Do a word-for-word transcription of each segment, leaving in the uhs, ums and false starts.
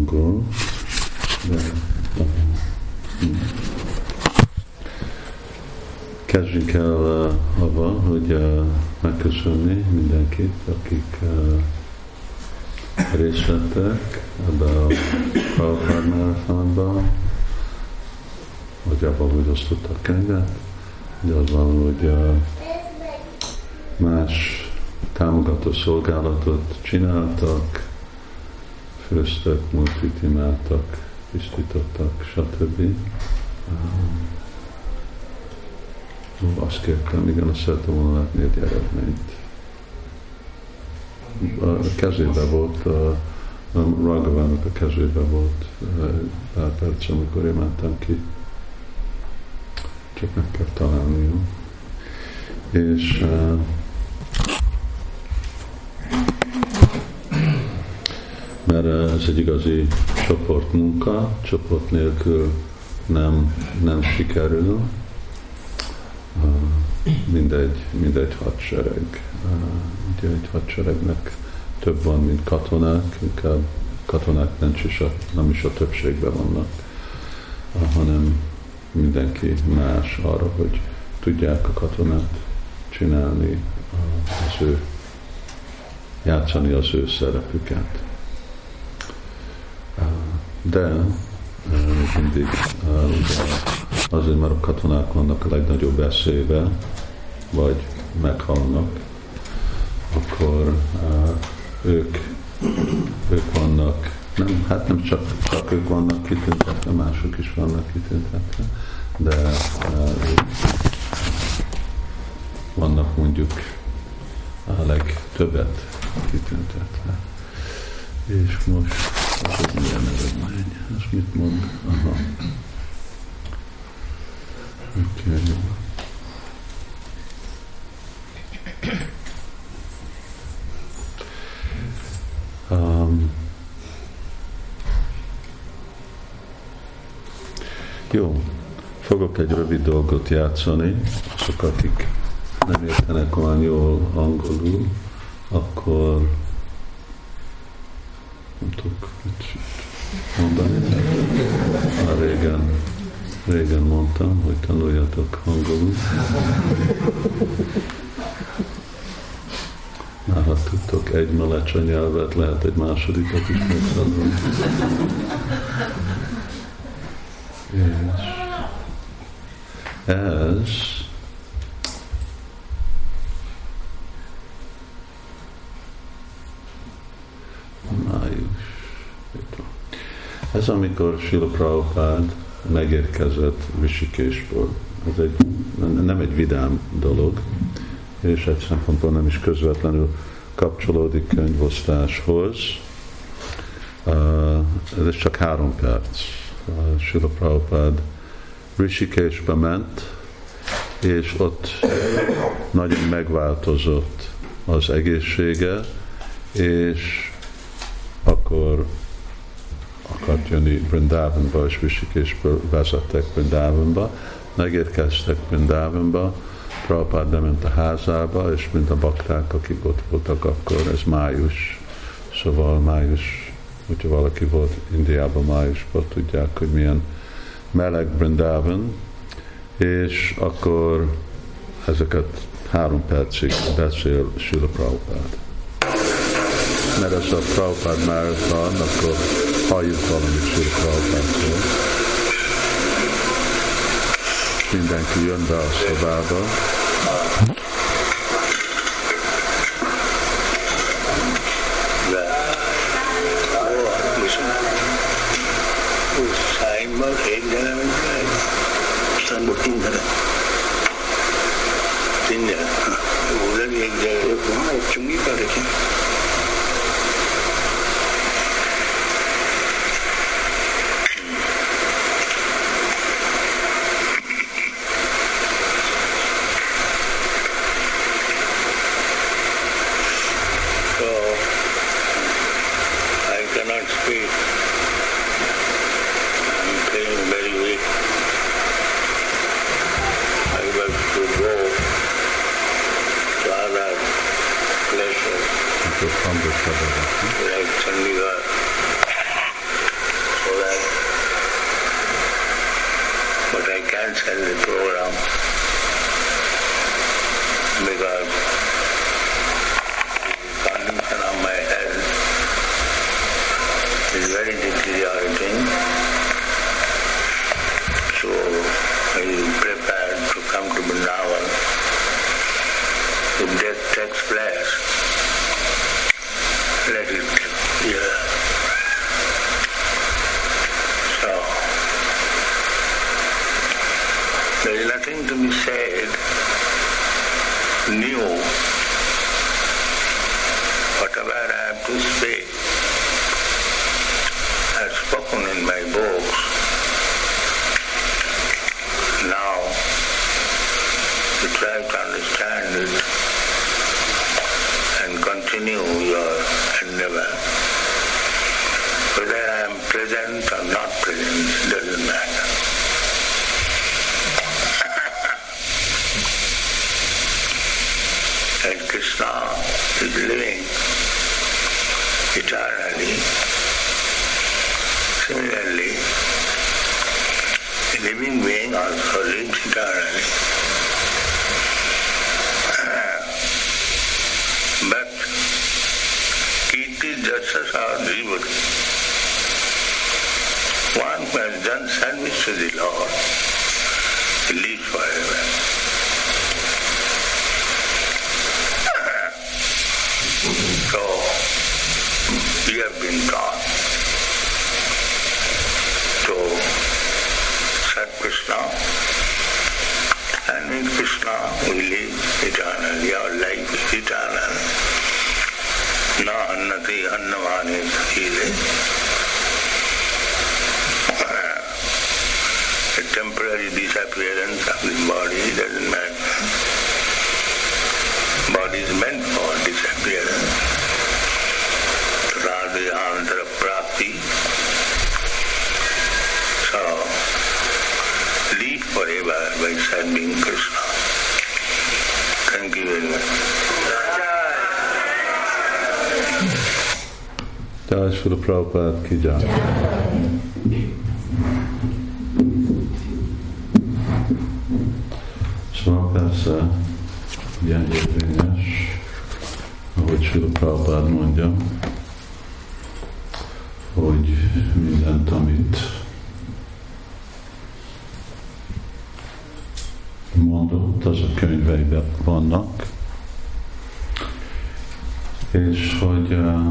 angol, de kezdjünk el uh, avval, hogy uh, megköszönni mindenkit, akik uh, részt vettek ebbe a Prabhupád marathonba, hogy abban, hogy osztottak könyvet, de az van, hogy uh, más támogató szolgálatot csináltak, főztek, multit imádtak, tisztítottak, stb. Um, azt kértem, igen, azt szeretem volna látni egy eredményt. A kezében volt, a, a Raghavának a kezében volt pár perc, amikor én mentem ki. Csak meg kell találni, jó? És uh, mert ez egy igazi csoportmunka, csoport nélkül nem, nem sikerül. Uh, mindegy, mindegy hadsereg. Uh, ugye egy hadseregnek több van, mint katonák, inkább katonák nem is a, nem is a többségben vannak, uh, hanem mindenki más arra, hogy tudják a katonát csinálni, uh, az ő, játszani az ő szerepüket. Uh, de uh, mindig uh, azért, mert a katonák vannak a legnagyobb veszélybe, vagy meghalnak, akkor uh, ők, ők vannak, nem, hát nem csak, csak ők vannak kitüntetve, mások is vannak kitüntetve, de uh, ők vannak mondjuk a legtöbbet kitüntetve. És most az egy milyen eredmény, ez mit mond? Aha. Okay. Um, jó, fogok egy rövid dolgot játszani, azok, akik nem értenek olyan jól angolul, akkor nem tudok mit mondani. Már régen Régen mondtam, hogy tanuljatok angolul. Már ha tudtok egy melecse nyelvet, lehet egy másodikat is megtanulni. És ez május. Ez amikor Srila Prabhupád megérkezett Rishikeshből. Ez egy, nem egy vidám dolog, és egy szempontból nem is közvetlenül kapcsolódik könyvosztáshoz. Ez csak három perc. Srila Prabhupád Rishikeshbe ment, és ott nagyon megváltozott az egészsége, és akkor akart jönni Vrindavanba, és Rishikeshből vezettek Vrindavanba, megérkeztek Vrindavanba, Prabhupád bement a házába, és mind a bakták, akik ott voltak akkor, ez május, szóval május, hogyha valaki volt Indiában májusban, tudják, hogy milyen meleg Vrindavan, és akkor ezeket három percig beszél Srila Prabhupád. Mert ez a Prabhupád marathon, akkor halljuk valamit Srila Prabhupádtól. Mindenki jön be a szobába. as a program, because the condition of my health is very deteriorating. So I prepared to come to Vrindavan. If death takes place, let it be here. So there is nothing to be said new. Whatever I have to speak, I have spoken in my books. Now, you try to understand it and continue your endeavor. Whether I am present or not present, it doesn't matter. As Krishna is living eternally, similarly, a living being also lives eternally. But Kirti Jasasa Jivati, one who has done service to the Lord, he lives forever. So, we have been taught to serve Krishna, and in Krishna we live eternally, our life is eternal. Na annati annamani thile. A temporary disappearance of the body doesn't matter. Body is meant for disappearance. Radhyantara prapti. So, live forever by serving Krishna. Thank you very much. Jai Srila Prabhupada ki jai. Szóval persze ilyen érvényes, ahogy Srila Prabhupada mondja, hogy mindent, amit mondott, az a könyveiben vannak, és hogy uh,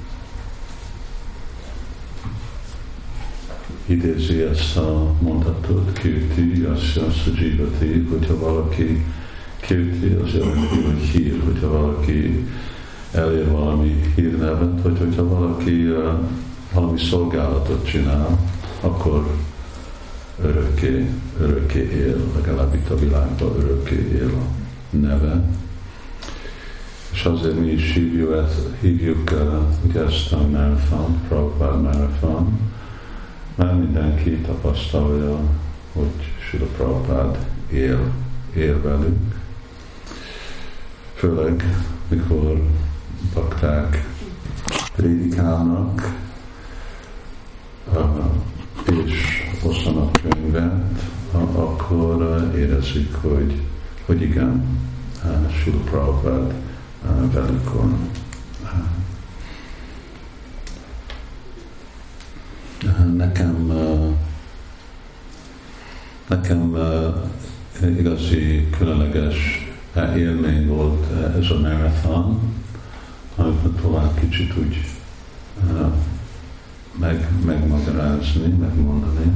idézi ezt a mondatot, Kirti, Yasya Sujivati, hogyha valaki Kirti, az jelenti, hogy hír, hogyha valaki elér valami hírnevet, vagy hogyha valaki uh, valami szolgálatot csinál, akkor örökké, örökké él, legalább itt a világban örökké él a neve. És azért mi is hívjuk, ezt, hívjuk uh, ezt a marathon, Prabhupada marathon, mert mindenki tapasztalja, hogy Srila Prabhupada él, él velünk. Főleg, mikor bakták prédikálnak, uh, és osztanak könyvet, akkor érezzük, hogy, hogy igen, Srila Prabhupada velük van. Nekem, nekem igazi, különleges élmény volt ez a marathon, amit tovább kicsit úgy meg, megmagyarázni, megmondani.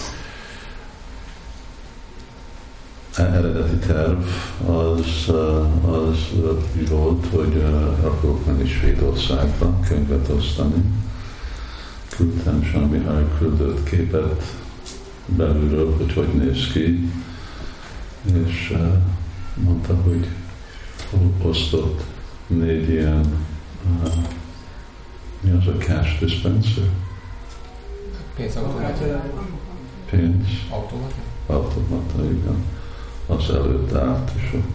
Eredeti terv az, az úgy volt, hogy akarok menni Svédországba könyvet osztani. Küldtem Sami Hari küldött képet belülről, hogy hogy néz ki, és mondta, hogy osztott négy ilyen, mi az a cash dispenser? Pénzautomata. Pénz. Automata. Automata, igen. Az előtt állt, és ott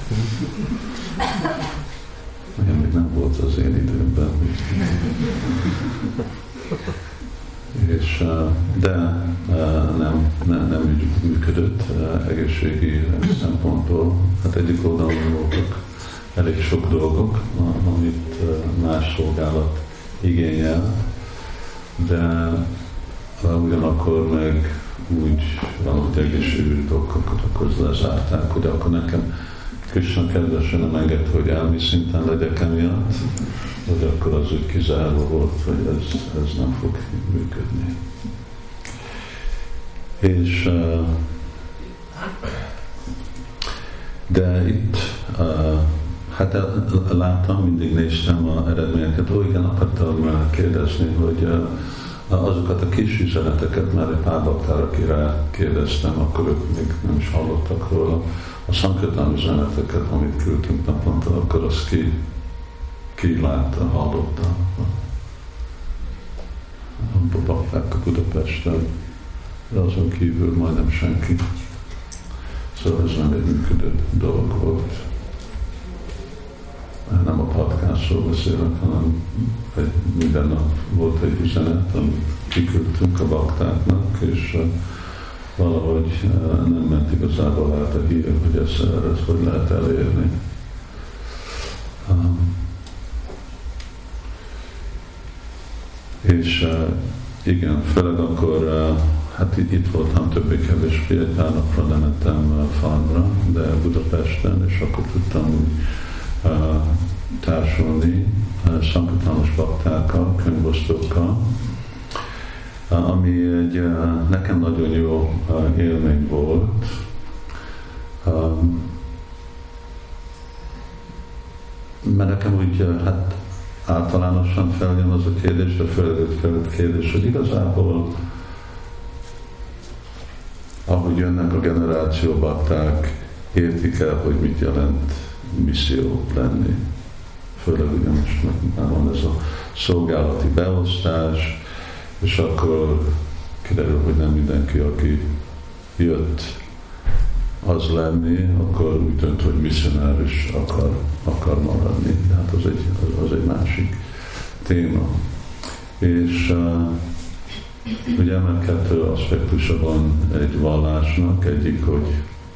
olyan még nem volt az én időmben. És és, de nem, nem, nem úgy működött egészségi szempontból. Hát egyik oldalon voltak elég sok dolgok, amit más szolgálat igényel, de ugyanakkor meg úgy valahogy egészségügyi dolgokat akkor lezárták, hogy akkor nekem Krishna kedvesen nem enged, hogy elmi szinten legyek emiatt, hogy akkor az úgy kizárva volt, hogy ez, ez nem fog működni. És de itt hát láttam, mindig néztem az eredményeket, ó igen, akartam kérdezni, hogy azokat a kis üzeneteket, mert egy pár baktára, akire kérdeztem, akkor ők még nem is hallottak róla. A Sankirtan üzeneteket, amit küldtünk naponta, akkor azt ki, ki látta, hallotta. A bakták a Budapesten, de azon kívül majdnem senki. Szóval ez nem egy működő dolog volt. Nem a podcastról beszélek, hanem egy, minden nap volt egy üzenet, amit kiküldtünk a baktáknak, és valahogy nem ment igazából át a hír, hogy ezt, ezt hogy lehet elérni. És igen, főleg akkor, hát itt voltam többé-kevésbé, egy pár napra lementem farmra, de Budapesten, és akkor tudtam úgy társulni szankirtanos baktákkal, könyvosztókkal, ami egy nekem nagyon jó élmény volt. Mert nekem úgy, hát általánosan feljön az a kérdés, de főleg felett kérdés, hogy igazából ahogy jönnek a generáció bakták, értik el, hogy mit jelent misszió lenni. Főleg ugye most már van ez a szolgálati beosztás, és akkor kiderül, hogy nem mindenki, aki jött az lenni, akkor úgy dönt, hogy misszionáris akar, akar maradni. De hát az egy, az, az egy másik téma. És uh, ugye már kettő aspektusa van egy vallásnak, egyik, hogy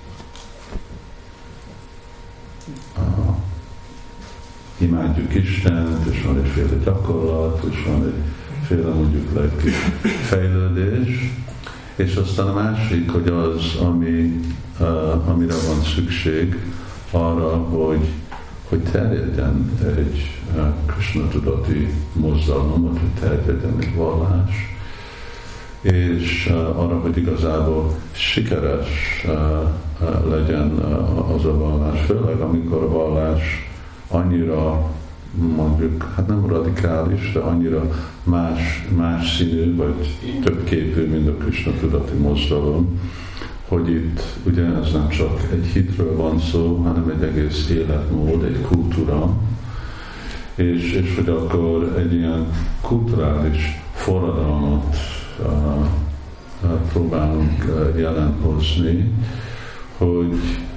uh, imádjuk Istent, és van egyféle gyakorlat, és van egyféle mondjuk lelki fejlődés, és aztán a másik, hogy az, ami, uh, amire van szükség arra, hogy, hogy terjedjen egy uh, Krishna tudati mozdalom, vagy hogy terjedjen egy vallás, és uh, arra, hogy igazából sikeres uh, uh, legyen uh, az a vallás, főleg amikor a vallás annyira, mondjuk, hát nem radikális, de annyira más, más színű, vagy több képű, mint a Krishna tudati mozdalom, hogy itt ugye ez nem csak egy hitről van szó, hanem egy egész életmód, egy kultúra, és, és hogy akkor egy ilyen kulturális forradalmat uh, uh, próbálunk uh, jelen hozni, hogy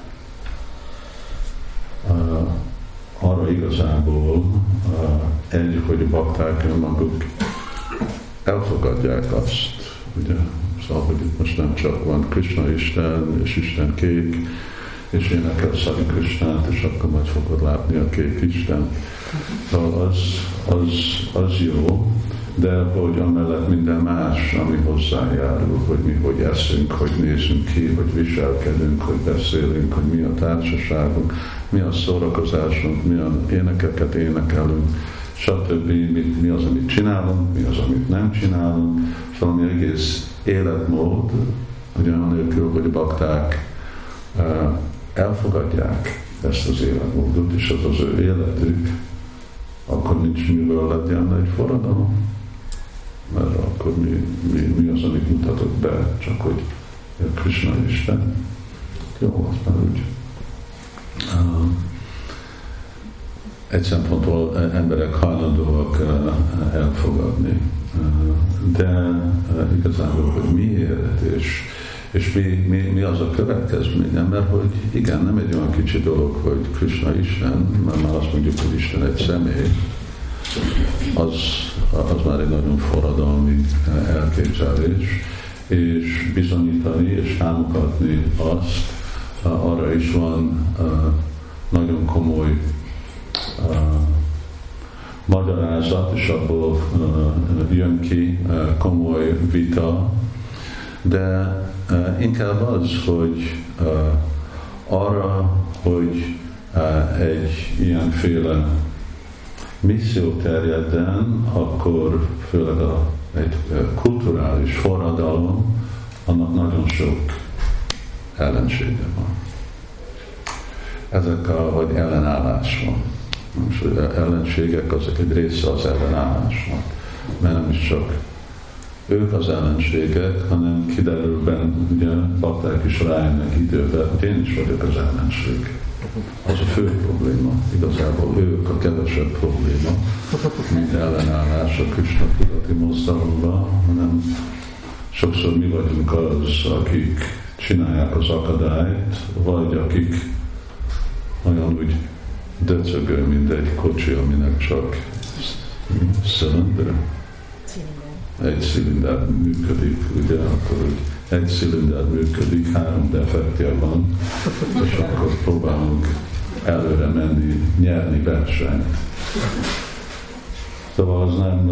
uh, arra igazából uh, egy, hogy a bakták önmaguk elfogadják azt, ugye, szóval, hogy itt most nem csak van Krishna Isten, és Isten kék, és énekel Szari Krishnát, és akkor majd fogod látni a kék Istent. Szóval az, az, az jó, de hogy amellett minden más, ami hozzájárul, hogy mi hogy eszünk, hogy nézünk ki, hogy viselkedünk, hogy beszélünk, hogy mi a társaságunk, mi a szórakozásunk, mi az énekeket énekelünk, stb. Mi, mi az, amit csinálunk, mi az, amit nem csinálunk. Szóval mi egész életmód, ugyananélkül, hogy a bakták uh, elfogadják ezt az életmódot, és az az ő életük, akkor nincs miből legyen egy forradalom. Mert akkor mi, mi, mi az, amit mutatok be, csak hogy Krishna Isten. Jó, az már úgy. Uh, egy szempontból emberek hajlandóak uh, elfogadni. Uh, de uh, igazából, hogy miért, és, és mi, mi, mi az a következménye, mert hogy igen, nem egy olyan kicsi dolog, hogy Krishna Isten, mert már azt mondjuk, hogy Isten egy személy, az, az már egy nagyon forradalmi elképzelés, és bizonyítani és támogatni azt, arra is van nagyon komoly magyarázat, és abból jön ki komoly vita, de inkább az, hogy arra, hogy egy ilyenféle misszió terjedden, akkor főleg a, egy kulturális forradalom, annak nagyon sok ellensége van. Ezek a, vagy ellenállás van. Most ellenségek, azok egy része az ellenállásnak, mert nem is csak ők az ellenségek, hanem kiderül benne, ugye bakták is rájönnek időben, hogy én is vagyok az ellenség. Az a fő probléma. Igazából ők a kevesebb probléma, mint ellenállás a Krishna tudati mozdalomban, hanem sokszor mi vagyunk az, akik csinálják az akadályt, vagy akik olyan úgy döcögő, mint egy kocsi, aminek csak szilinder. Egy szilinder működik, ugye, akkor úgy egy szilinder működik, három defektje van, és akkor próbálunk előre menni, nyerni versenyt. Szóval az nem,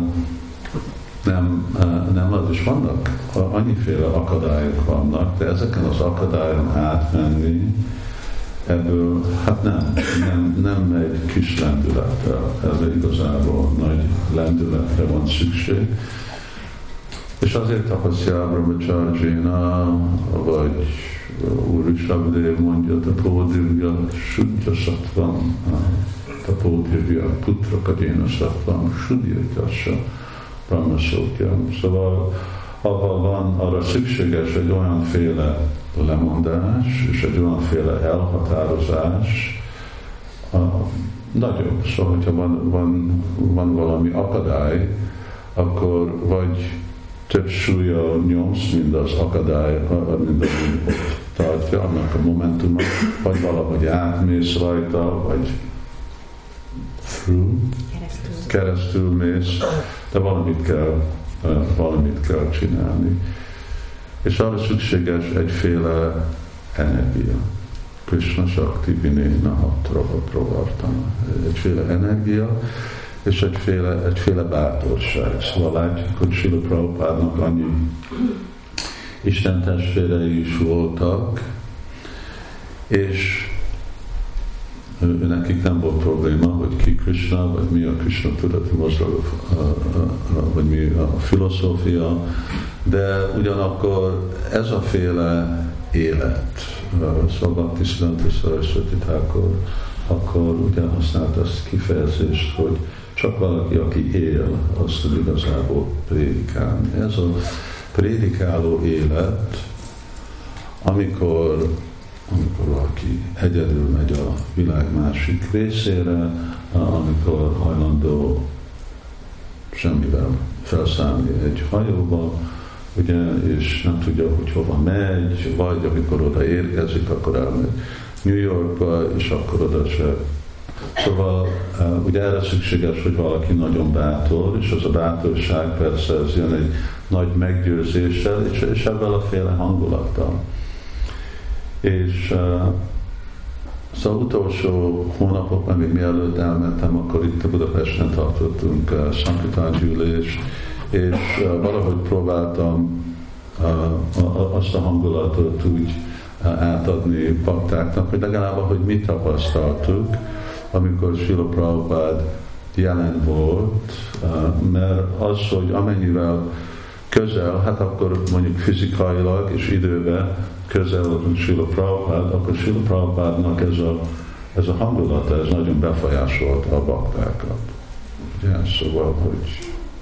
nem, nem az is vannak, annyiféle akadályok vannak, de ezeken az akadályokon átmenni, ebből hát nem, nem, nem megy kis lendülettel, ebben igazából nagy lendületre van szükség. És azért tapasztja Brahmacharjina, vagy Úr Rishabdev mondja, Tapódirvya Sudja Sattvam, Tapódirvya Putra Kajéna Sattvam, Sudja Tyassa Brahmaszókya. Szóval avval van arra szükséges egy olyanféle lemondás, és egy olyanféle elhatározás, a, nagyobb. Szóval, hogyha van, van, van valami akadály, akkor vagy több súlya nyomsz, mint az akadály, mint ami ott tartja, annak a momentumot, vagy valahogy átmész rajta, vagy through, keresztül. keresztül mész, de valamit kell, valamit kell csinálni. És arra szükséges egyféle energia. Krishna Shakti Vinéna Travartana. Egyféle energia, és egyféle, egyféle bátorság. Szóval látjuk, hogy Srila Prabhupádnak annyi Isten testvérei is voltak, és ő, nekik nem volt probléma, hogy ki Krishna, vagy mi a Krishna tudati mozduló, vagy mi a filozófia, de ugyanakkor ez a féle élet, szóval Bhaktisiddhanta Saraswati Thakur akkor ugye használt azt kifejezést, hogy csak valaki, aki él, azt tud igazából prédikálni. Ez a prédikáló élet, amikor, amikor valaki egyedül megy a világ másik részére, amikor hajlandó semmivel felszállni egy hajóba, ugye, és nem tudja, hogy hova megy, vagy amikor oda érkezik, akkor elmegy New Yorkba, és akkor oda se. Szóval ugye erre szükséges, hogy valaki nagyon bátor, és az a bátorság persze ez jön egy nagy meggyőzéssel, és, és ebben a féle hangulattal. És uh, szóval utolsó hónapokban, még mielőtt elmentem, akkor itt a Budapesten tartottunk uh, Sankirtán gyűlést, és uh, valahogy próbáltam uh, azt a hangulatot úgy uh, átadni baktáknak, hogy legalább, hogy mit tapasztaltuk, amikor Srila Prabhupád jelen volt, uh, mert az, hogy amennyivel közel, hát akkor mondjuk fizikailag és időben közel volt Srila Prabhupád, akkor Srila Prabhupádnak ez a, ez a hangulata, ez nagyon befolyásolta a baktákat. Ugye? Szóval, hogy,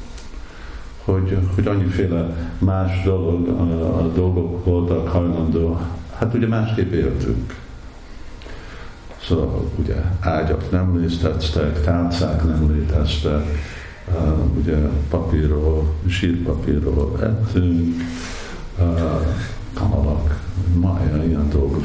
hogy, hogy annyiféle más dolog, a, a dolgok voltak hajlandó, hát ugye másképp éltünk. Szóval ugye ágyak nem léteztek, tálcák nem léteztek, uh, ugye papírról, sírpapírról ettünk, uh, kamalak, mája, ilyen dolgok,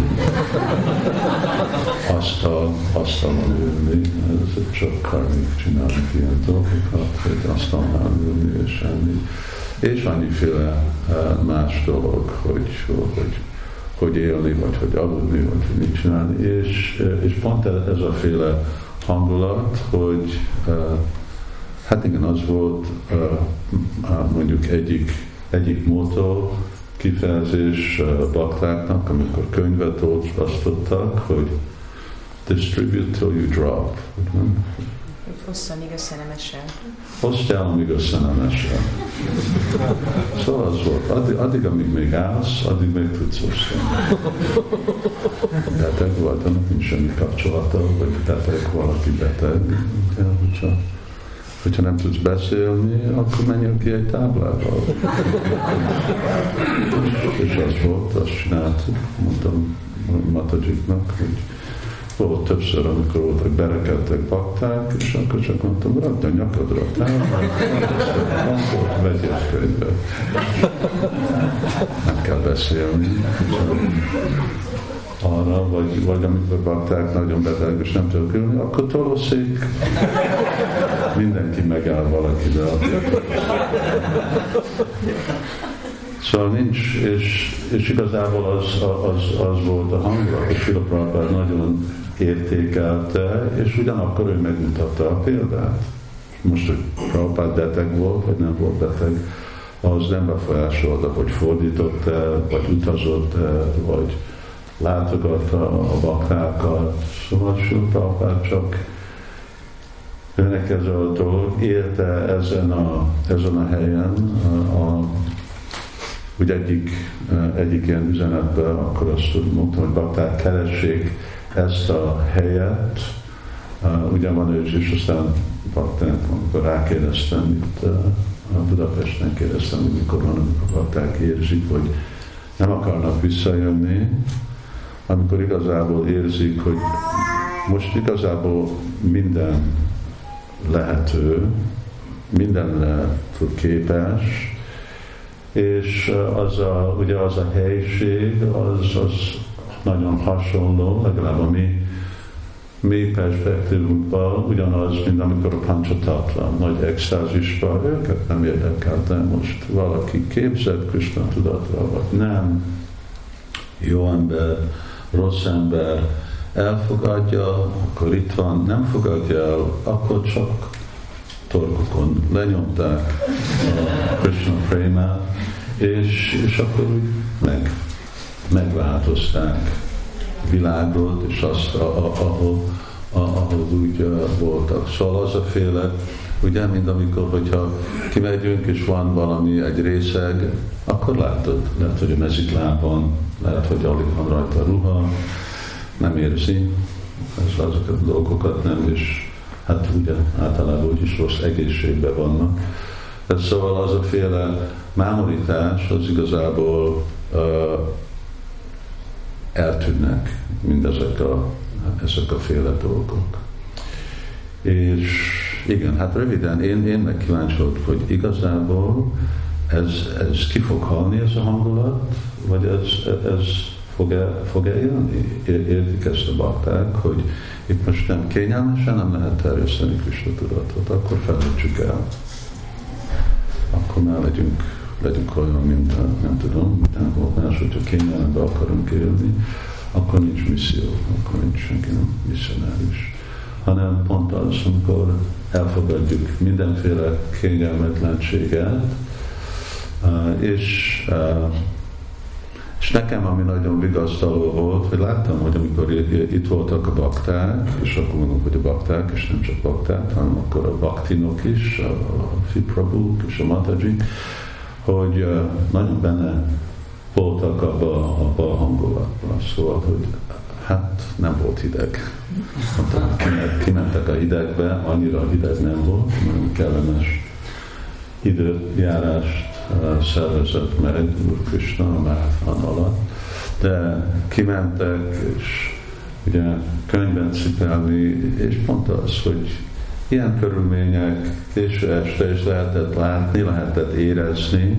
asztal, asztalon ülni, ez csak karmik csinálnak ilyen dolgokat, hogy asztalnál ülni és enni. és annyiféle más dolog, hogy, hogy, hogy élni, vagy hogy aludni, vagy hogy mit csinálni, és, és pont ez a féle hangulat, hogy hát igen, az volt mondjuk egyik, egyik motto, kifejezés baktáknak, amikor könyvet olvasztottak, hogy distribute till you drop. Osszd, amíg össze nem esel. Oszd el, amíg össze nem esel. Szóval az volt. Addig, addig, amíg még állsz, addig még tudsz osztani. Beteg vagy, annak nincs semmi kapcsolata, vagy beteg, valaki beteg. Hogyha, hogyha nem tudsz beszélni, akkor menjünk ki egy táblával. És az volt, azt csináltuk, mondtam Matajiknak, hogy volt többször, amikor voltak berekedtek bakták, és akkor csak mondtam, rakd a nyakadra a táblát, vegyél könyvet. Nem kell beszélni. Arra, vagy, vagy amikor bakták nagyon beteg, és nem tudok ülni, akkor tolószék. Mindenki megáll valakivel. Szóval nincs, és, és igazából az, az, az volt a hangulat, hogy Srila Prabhupád nagyon értékelte, és ugyanakkor ő megmutatta a példát. Most, hogy Prabhupád beteg volt, vagy nem volt beteg, az nem befolyásolta, hogy fordított el, vagy utazott el, vagy látogatta a baktákat. Szóval Srila Prabhupád csak őnek ez a dolog, élte ezen a, ezen a helyen a, a úgy egyik, egyik ilyen üzenetben, akkor azt mondtam, hogy bakták keressék ezt a helyet. Ugye van ő is, aztán bakták, amikor rákérdeztem, itt a Budapesten kérdeztem, hogy mikor van, amikor bakták érzik, hogy nem akarnak visszajönni, amikor igazából érzik, hogy most igazából minden lehető, mindenre tud képes, és az a, ugye az a helység, az, az nagyon hasonló, legalább a mi, mi perspektívunkban, ugyanaz, mint amikor a Panchatatva, nagy extázisban, őket nem érdekelte most valaki képzett Krishna tudatra, vagy nem, jó ember, rossz ember, elfogadja, akkor itt van, nem fogadja el, akkor csak torkokon lenyomták a Krishna Prémát, és, és akkor úgy meg, megváltozták világot, és azt, ahol, ahol úgy voltak. Szóval az a féle, ugye, mint amikor, hogyha kimegyünk, és van valami, egy részeg, akkor látod, lehet, hogy a mezitlábban, lehet, hogy alig van rajta ruha, nem érzi, ez azokat a dolgokat nem, és hát ugye általában úgyis rossz egészségben vannak. Tehát szóval az a féle mámorítás, az igazából uh, eltűnnek mindezek a, ezek a féle dolgok. És igen, hát röviden, én, én meg kíváncsi voltam, hogy igazából ez, ez ki fog halni, ez a hangulat, vagy ez, ez fog-e, fog-e élni? Értik ezt a bakták, hogy itt most nem kényelmesen, nem lehet terjeszteni Krishna tudatot, akkor felejtsük el. Akkor már legyünk, legyünk olyan, mint nem tudom, mint volt más, hogyha kényelmben akarunk élni, akkor nincs misszió, akkor nincs senki nem misszionáris. Hanem pont az, amikor elfogadjuk mindenféle kényelmetlenséget, és És nekem, ami nagyon vigasztaló volt, hogy láttam, hogy amikor itt voltak a bakták, és akkor mondom, hogy a bakták, és nem csak bakták, hanem akkor a baktinok is, a Fiprabhuk és a Matajik, hogy nagyon benne voltak abba, abba a hangulatban. Szóval, hogy hát nem volt hideg. Kimentek a hidegbe, annyira hideg nem volt, nagyon kellemes időjárást szervezett meg Úr Krishna a Marathon alatt, de kimentek, és ugye könyvben cipelni, és pont az, hogy ilyen körülmények késő este is lehetett látni, lehetett érezni,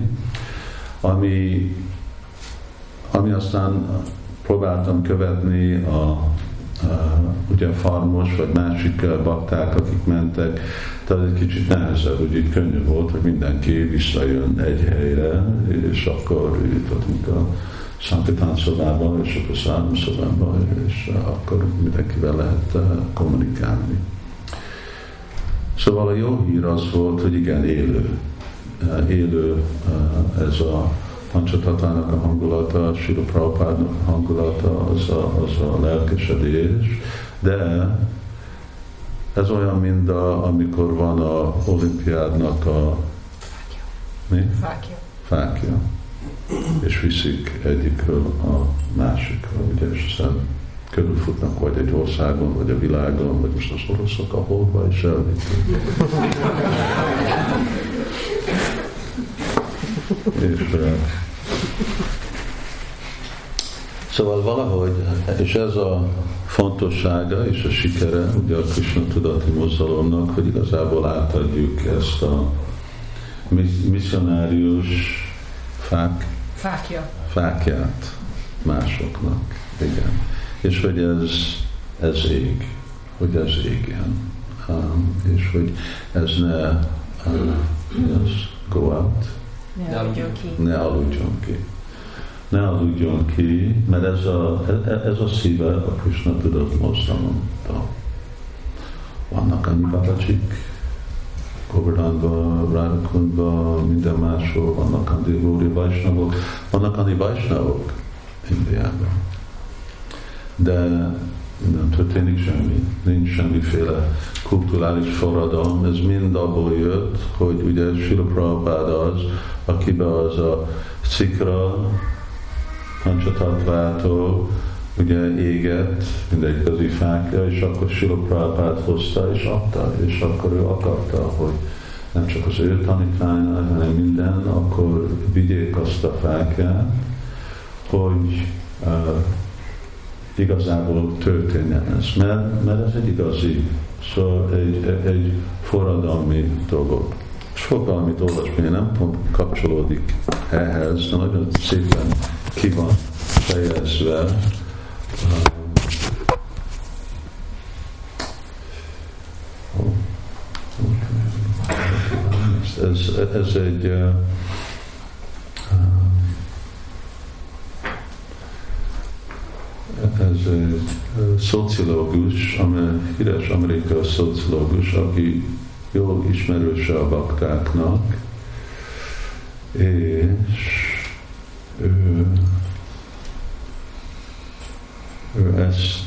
ami, ami aztán próbáltam követni a uh, ugye farmos, vagy másik bakták, akik mentek, tehát egy kicsit nehezebb, úgy itt könnyű volt, hogy mindenki visszajön egy helyre, és akkor itt volt, mint a Sankitán szobában, és akkor Szárma szobában, és akkor mindenkivel lehet kommunikálni. Szóval a jó hír az volt, hogy igen, élő. Élő ez a Pancsatatának a hangulata, Srila Prabhupádnak a hangulata, az a, az a lelkesedés, de ez olyan, mint a, amikor van a olimpiádnak a mi? Fákja. Fákja. És viszik egyikről a másikról, ugye, és aztán körülfutnak vagy egy országon, vagy a világon, vagy most az oroszok a holdba is elvitték. és uh, szóval valahogy, és ez a fontossága és a sikere ugye a Krishna tudati mozdalomnak, hogy igazából átadjuk ezt a misszionárius fák, Fákja. fákját másoknak. Igen. És hogy ez, ez ég, hogy ez égjen. Um, és hogy ez ne uh, yes, go out. Ne aludjon ki. Ne aludjon ki. Ne aludjon ki, mert ez a, ez a szíve a Krishna tudat mozdalomnak. Vannak annyi babacsik, Govardhanban, Radhakundban, minden máshol, vannak annyi Gaudiya Vaishnavok, vannak annyi Vaishnavok Indiában. De nem történik semmi, nincs semmiféle kulturális forradalom, ez mind abból jött, hogy ugye Srila Prabhupád az, akiben az a szikra, Pancsatatvától ugye égett, mindegy igazi fákja, és akkor Srila Prabhupád hozta és adta, és akkor ő akarta, hogy nem csak az ő tanítványnál, hanem minden, akkor vigyék azt a fákját, hogy uh, igazából történjen ez, mert, mert ez egy igazi, szóval egy, egy forradalmi dolog. Sok valamit olvasni, nem pont kapcsolódik ehhez, de nagyon szépen ki van fejezve. Ez, ez egy ez egy szociológus, amely híres amerikai szociológus, aki jól ismerőse a baktáknak, és ő, ő ezt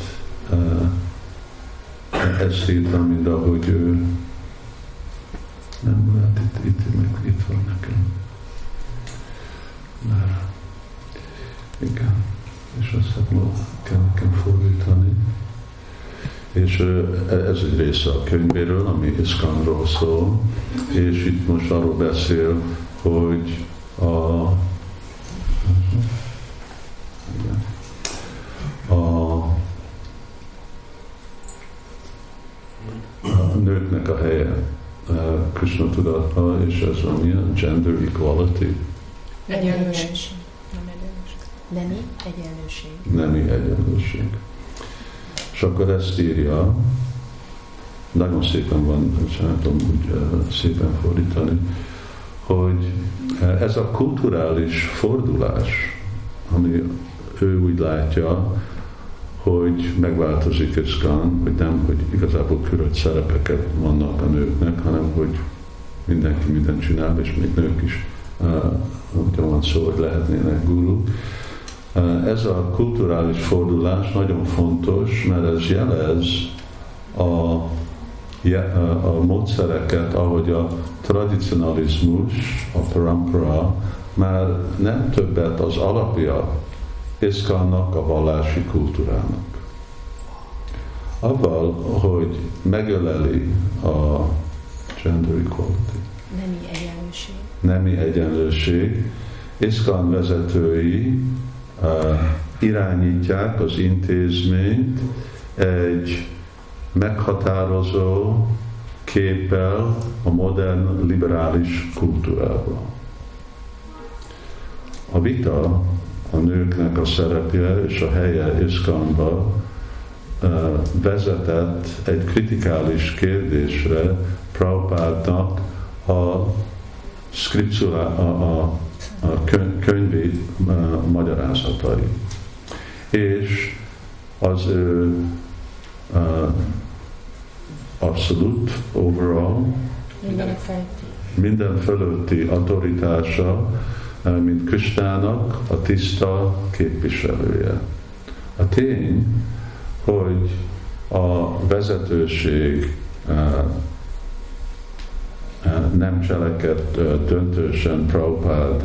ezt írta, mint ahogy ő nem lehet, itt, itt, itt, itt van nekem. Már igen. És azt hát ma kell nekem fordítani. És ez egy része a könyvéről, ami ISKCON-ról szól, és itt most arról beszél, hogy a, a, a nőknek a helye Krishna tudatban, és ez a milyen gender equality. Egyenlőség. Nemi egyenlőség. Nemi egyenlőség. És akkor ezt írja, nagyon szépen van, szeretem úgy szépen fordítani, hogy ez a kulturális fordulás, ami ő úgy látja, hogy megváltozik ISKCON, hogy nem, hogy igazából külön szerepeket vannak a nőknek, hanem hogy mindenki mindent csinál, és még nők is, ugye van szó, hogy lehetnének guruk. Ez a kulturális fordulás nagyon fontos, mert ez jelez a, a módszereket, ahogy a tradicionalizmus, a parampara már nem többet az alapja ISKCON-nak, a vallási kultúrának. Avval, hogy megöleli a gender equality, nemi egyenlőség, nemi egyenlőség, ISKCON vezetői Uh, irányítják az intézményt egy meghatározó képpel a modern liberális kultúrával. A vita, a nőknek a szerepje és a helye ISKCON-ban vezetett egy kritikális kérdésre Prabhupádnak a scriptura, a, a, a könyvi a magyarázatai. És az ő a, abszolút, overall, minden fölötti. minden fölötti autoritása, mint Krisnának a tiszta képviselője. A tény, hogy a vezetőség nem cseleked döntősen Prabhupád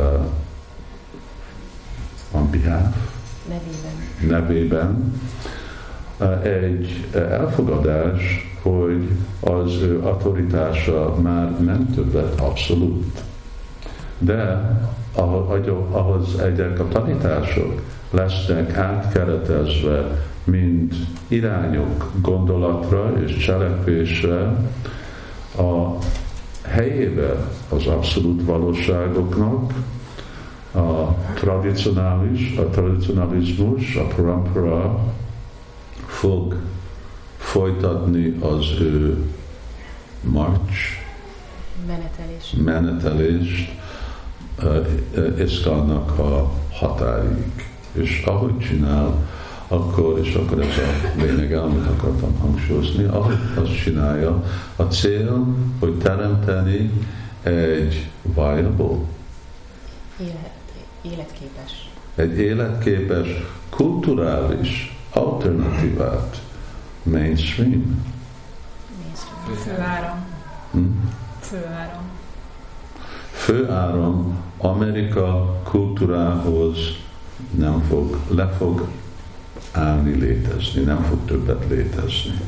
on behalf, nevében. nevében, egy elfogadás, hogy az ő autoritása már nem többet abszolút. De ahhoz egyek a tanítások lesznek átkeretezve, mint irányok gondolatra és cselekvésre, a helyébe az abszolút valóságoknak, a tradicionális, a tradicionalizmus, a parampara fog folytatni az ő marcs, menetelést, menetelést uh, ISKCON-nak a határig. És ahogy csinál, akkor, és akkor ez a lényeg, amit akartam hangsúlyozni, ahogy azt csinálja, a cél, hogy teremteni egy viable, Élet, életképes, egy életképes, kulturális alternatívát, mainstream. Főáram. Hm? Főáram. Főáram Amerika kultúrához nem fog, le fog állni, létezni, nem fog többet létezni.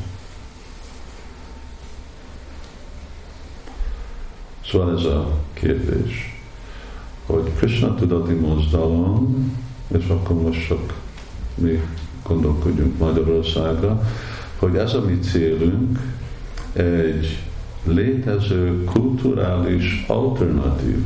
Szóval ez a kérdés, hogy Krishna tudati mozdalom, és akkor most csak mi gondolkodjunk Magyarországra, hogy ez a mi célunk, egy létező kulturális alternatív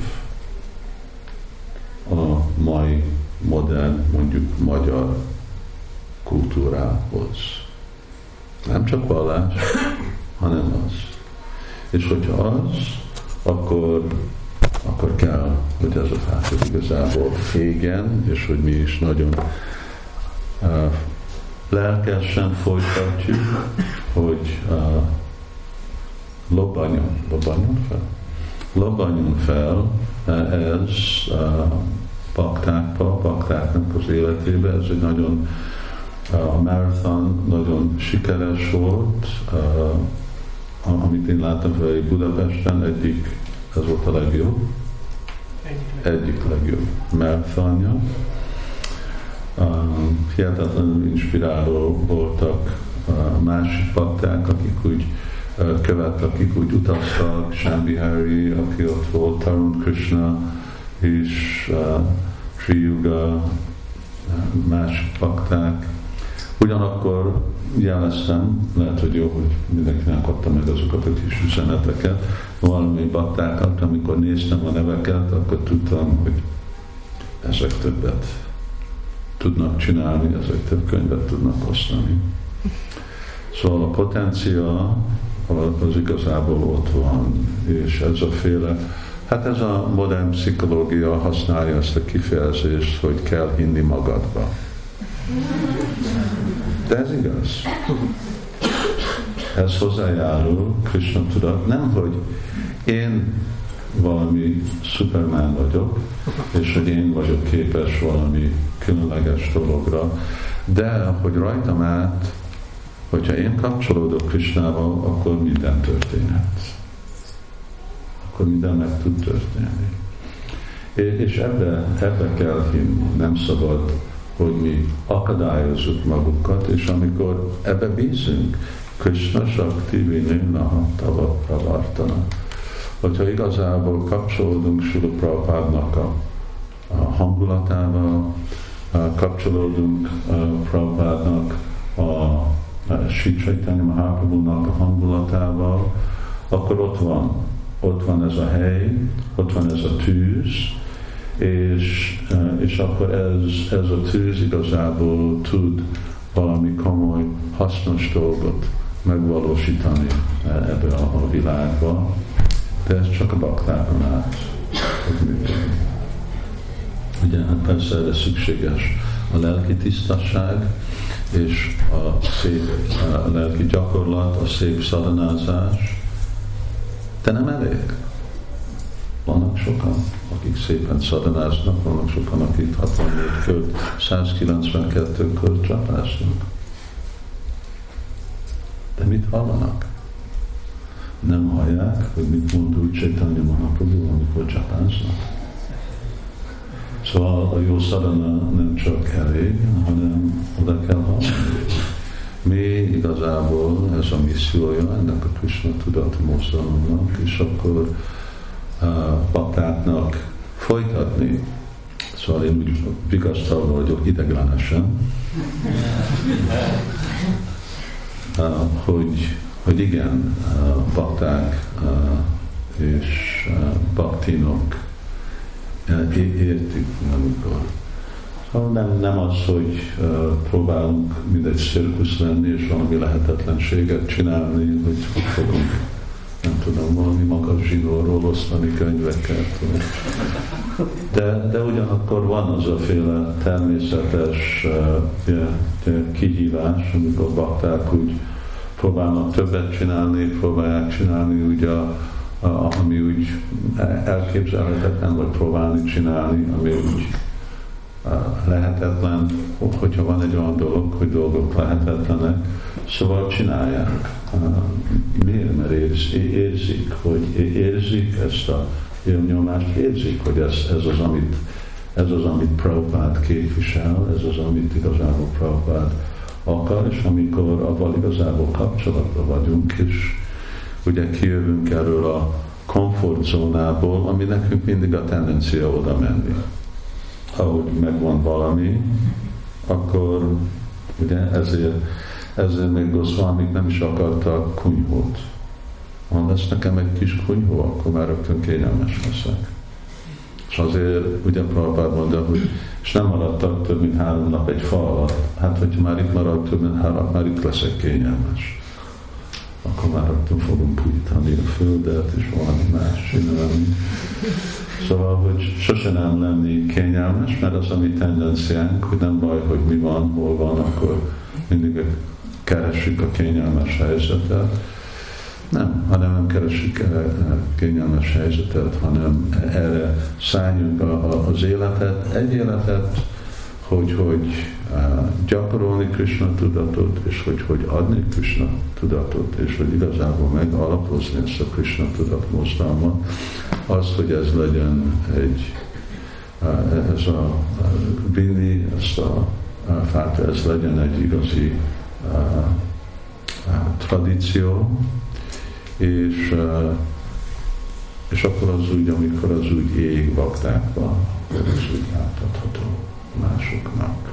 a mai modern, mondjuk magyar kultúrához. Nem csak vallás, hanem az. És hogyha az, akkor, akkor kell, hogy ez a fát igazából égjen, és hogy mi is nagyon uh, lelkesen folytatjuk, hogy uh, lobbanjon, lobbanjon fel. Lobbanjon fel ez uh, baktákba, baktáknak az életébe. Ez egy nagyon, uh, a marathon nagyon sikeres volt, uh, amit én láttam fel Budapesten, egyik, ez volt a legjobb, egyik, egyik legjobb marathonja. Uh, hihetetlenül inspiráló voltak uh, másik bakták, akik úgy uh, követtek, akik úgy utaztak, Shambhi Hari, aki ott volt, Tarun Krishna és uh, Sri Yuga, uh, másik bakták. Ugyanakkor jeleztem, lehet, hogy jó, hogy mindenkinek adtam meg azokat a kis üzeneteket, valami baktákat, amikor néztem a neveket, akkor tudtam, hogy ezek többet tudnak csinálni, ezek több könyvet tudnak osztani. Szóval a potenciál az igazából ott van, és ez a féle, hát ez a modern pszichológia használja ezt a kifejezést, hogy kell hinni magadba. De ez igaz. Ez hozzájárul Krishna tudat, nem, hogy én valami Superman vagyok, és hogy én vagyok képes valami különleges dologra, de hogy rajtam át, hogyha én kapcsolódok Krishnával, akkor minden történhet. Akkor minden meg tud történni. És ebbe, ebbe kell hinni, nem szabad, hogy mi akadályozzuk magunkat, és amikor ebbe bízunk, Krishna Shakti Vinimna Tava Pravartana. Hogyha igazából kapcsolódunk Srila Prabhupádnak a, a hangulatával, a, kapcsolódunk a Prabhupádnak a, a Sri Chaitanya Mahaprabhunak a hangulatával, akkor ott van, ott van ez a hely, ott van ez a tűz, és, és akkor ez, ez a tűz igazából tud valami komoly, hasznos dolgot megvalósítani ebbe a világba, de ez csak a baktákon át tud működni. Ugye, hát persze erre szükséges a lelki tisztaság, és a szép a lelki gyakorlat, a szép szadhanázás, de nem elég. Vannak sokan, akik szépen szadhanáznak, vannak sokan, akik hatvannégy költ, százkilencvenkettő költ csapásnak. De mit hallanak? Nem hallják, hogy mit mond úgy Chaitanya Mahaprabhu, amikor csapáznak. Szóval a jó szadhana nem csak elég, hanem oda kell hallani. Mi igazából ez a missziója ennek a Krishna tudatú mozgalomnak, és akkor uh, baktáknak folytatni. Szóval én úgy vigasztalva vagyok ideglenesen, uh, hogy, hogy igen, uh, bakták uh, és uh, baktinok értik, amikor. Szóval nem, nem az, hogy uh, próbálunk mindegy cirkusz lenni, és valami lehetetlenséget csinálni, hogy hogy fogunk, nem tudom, valami magas zsinórról osztani könyveket. De, de ugyanakkor van az a féle természetes uh, kihívás, amikor bakták úgy próbálnak többet csinálni, próbálják csinálni úgy a ami úgy elképzelhetetlen, vagy próbálni csinálni, ami úgy lehetetlen, hogyha van egy olyan dolog, hogy dolgok lehetetlenek, szóval csinálják. Miért? Mert érzik, hogy érzik ezt a nyomást, érzik, hogy ez, ez az, amit, ez az, amit Prabhupád képvisel, ez az, amit igazából Prabhupád akar, és amikor avval igazából kapcsolatban vagyunk, és ugye kijövünk erről a komfortzónából, ami nekünk mindig a tendencia oda menni. Ahogy megvan valami, akkor ugye ezért, ezért még Goswamik nem is akartak kunyhót. Ha lesz nekem egy kis kunyhó, akkor már rögtön kényelmes leszek. És azért ugye Prabhupád mondja, hogy és nem maradtak több mint három nap egy fa alatt. Hát, hogyha már itt marad több mint három, már itt leszek kényelmes. Akkor már rögtön fogom pújítani a földet, és valami más csinálni. Szóval, hogy sose nem lenni kényelmes, mert az a mi tendenciánk, hogy nem baj, hogy mi van, hol van, akkor mindig keressük a kényelmes helyzetet. Nem, hanem nem keressük kényelmes helyzetet, hanem erre szálljunk az életet, egy életet, hogy, hogy uh, gyakorolni Krishna tudatot, és hogy, hogy adni Krishna tudatot, és hogy igazából megalapozni ezt a Krishna tudat mozgalmat, az, hogy ez legyen egy, uh, ez a uh, vinni, ezt a uh, fát, ez legyen egy igazi uh, uh, tradíció, és, uh, és akkor az úgy, amikor az úgy ég baktákba, akkor az úgy átadható másoknak.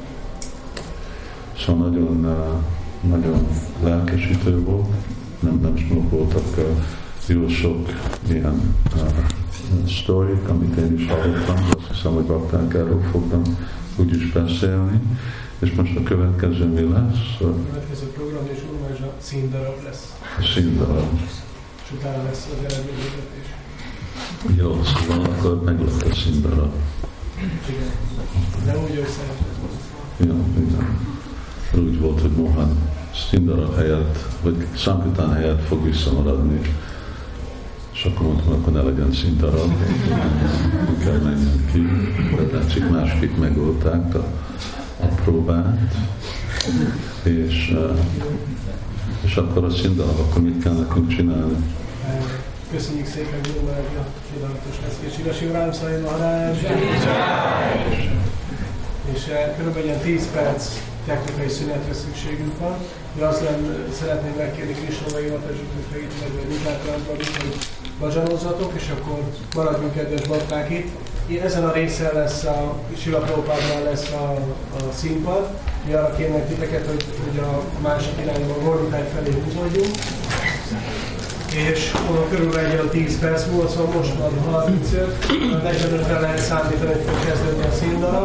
Szóval nagyon, nagyon lelkesítő volt, nem, nem sok voltak jó sok ilyen uh, sztorik, amit én is hallottam, azt hiszem, hogy bakták erről fognak úgyis beszélni, és most a következő mi lesz? A következő program és úrmás a színdarab lesz. A színdarab. És utána lesz az eredményezetés. Jó, szóval akkor meg lett a színdarab. Igen. Nem úgy, hogy szeretett. Ja, igen. Úgy volt, hogy Mohan színdarab helyett, vagy Sankirtan helyett fog visszamaradni. És akkor mondtam, akkor ne legyen színdarab, kell menjen ki. De látszik, másképp megoldták a, a próbát. És, és akkor a színdarab, akkor mit kell nekünk csinálni? Köszönjük szépen, Guru Maharaj, csodálatos lesz. És Ira Sivrám Szai Maharaj. És körülbelül ilyen tíz perc technikai szünetre szükségünk van. De azt nem szeretném megkérni Krishnóvai Matajzsuknak itt, meg Nikákrántban, hogy badzsanozzatok, és akkor maradjunk kedves bakták itt. Ezen a részen lesz a Srila Prabhupádnál lesz a, a színpad. Mi arra kérnek titeket, hogy, hogy a másik irányba a Gornitáj felé húzódjunk. És uh, körülbelül egy tíz perc múlva, szóval most van harmincöt, negyvenötre lehet számítani, hogy fog kezdeni a színdarab.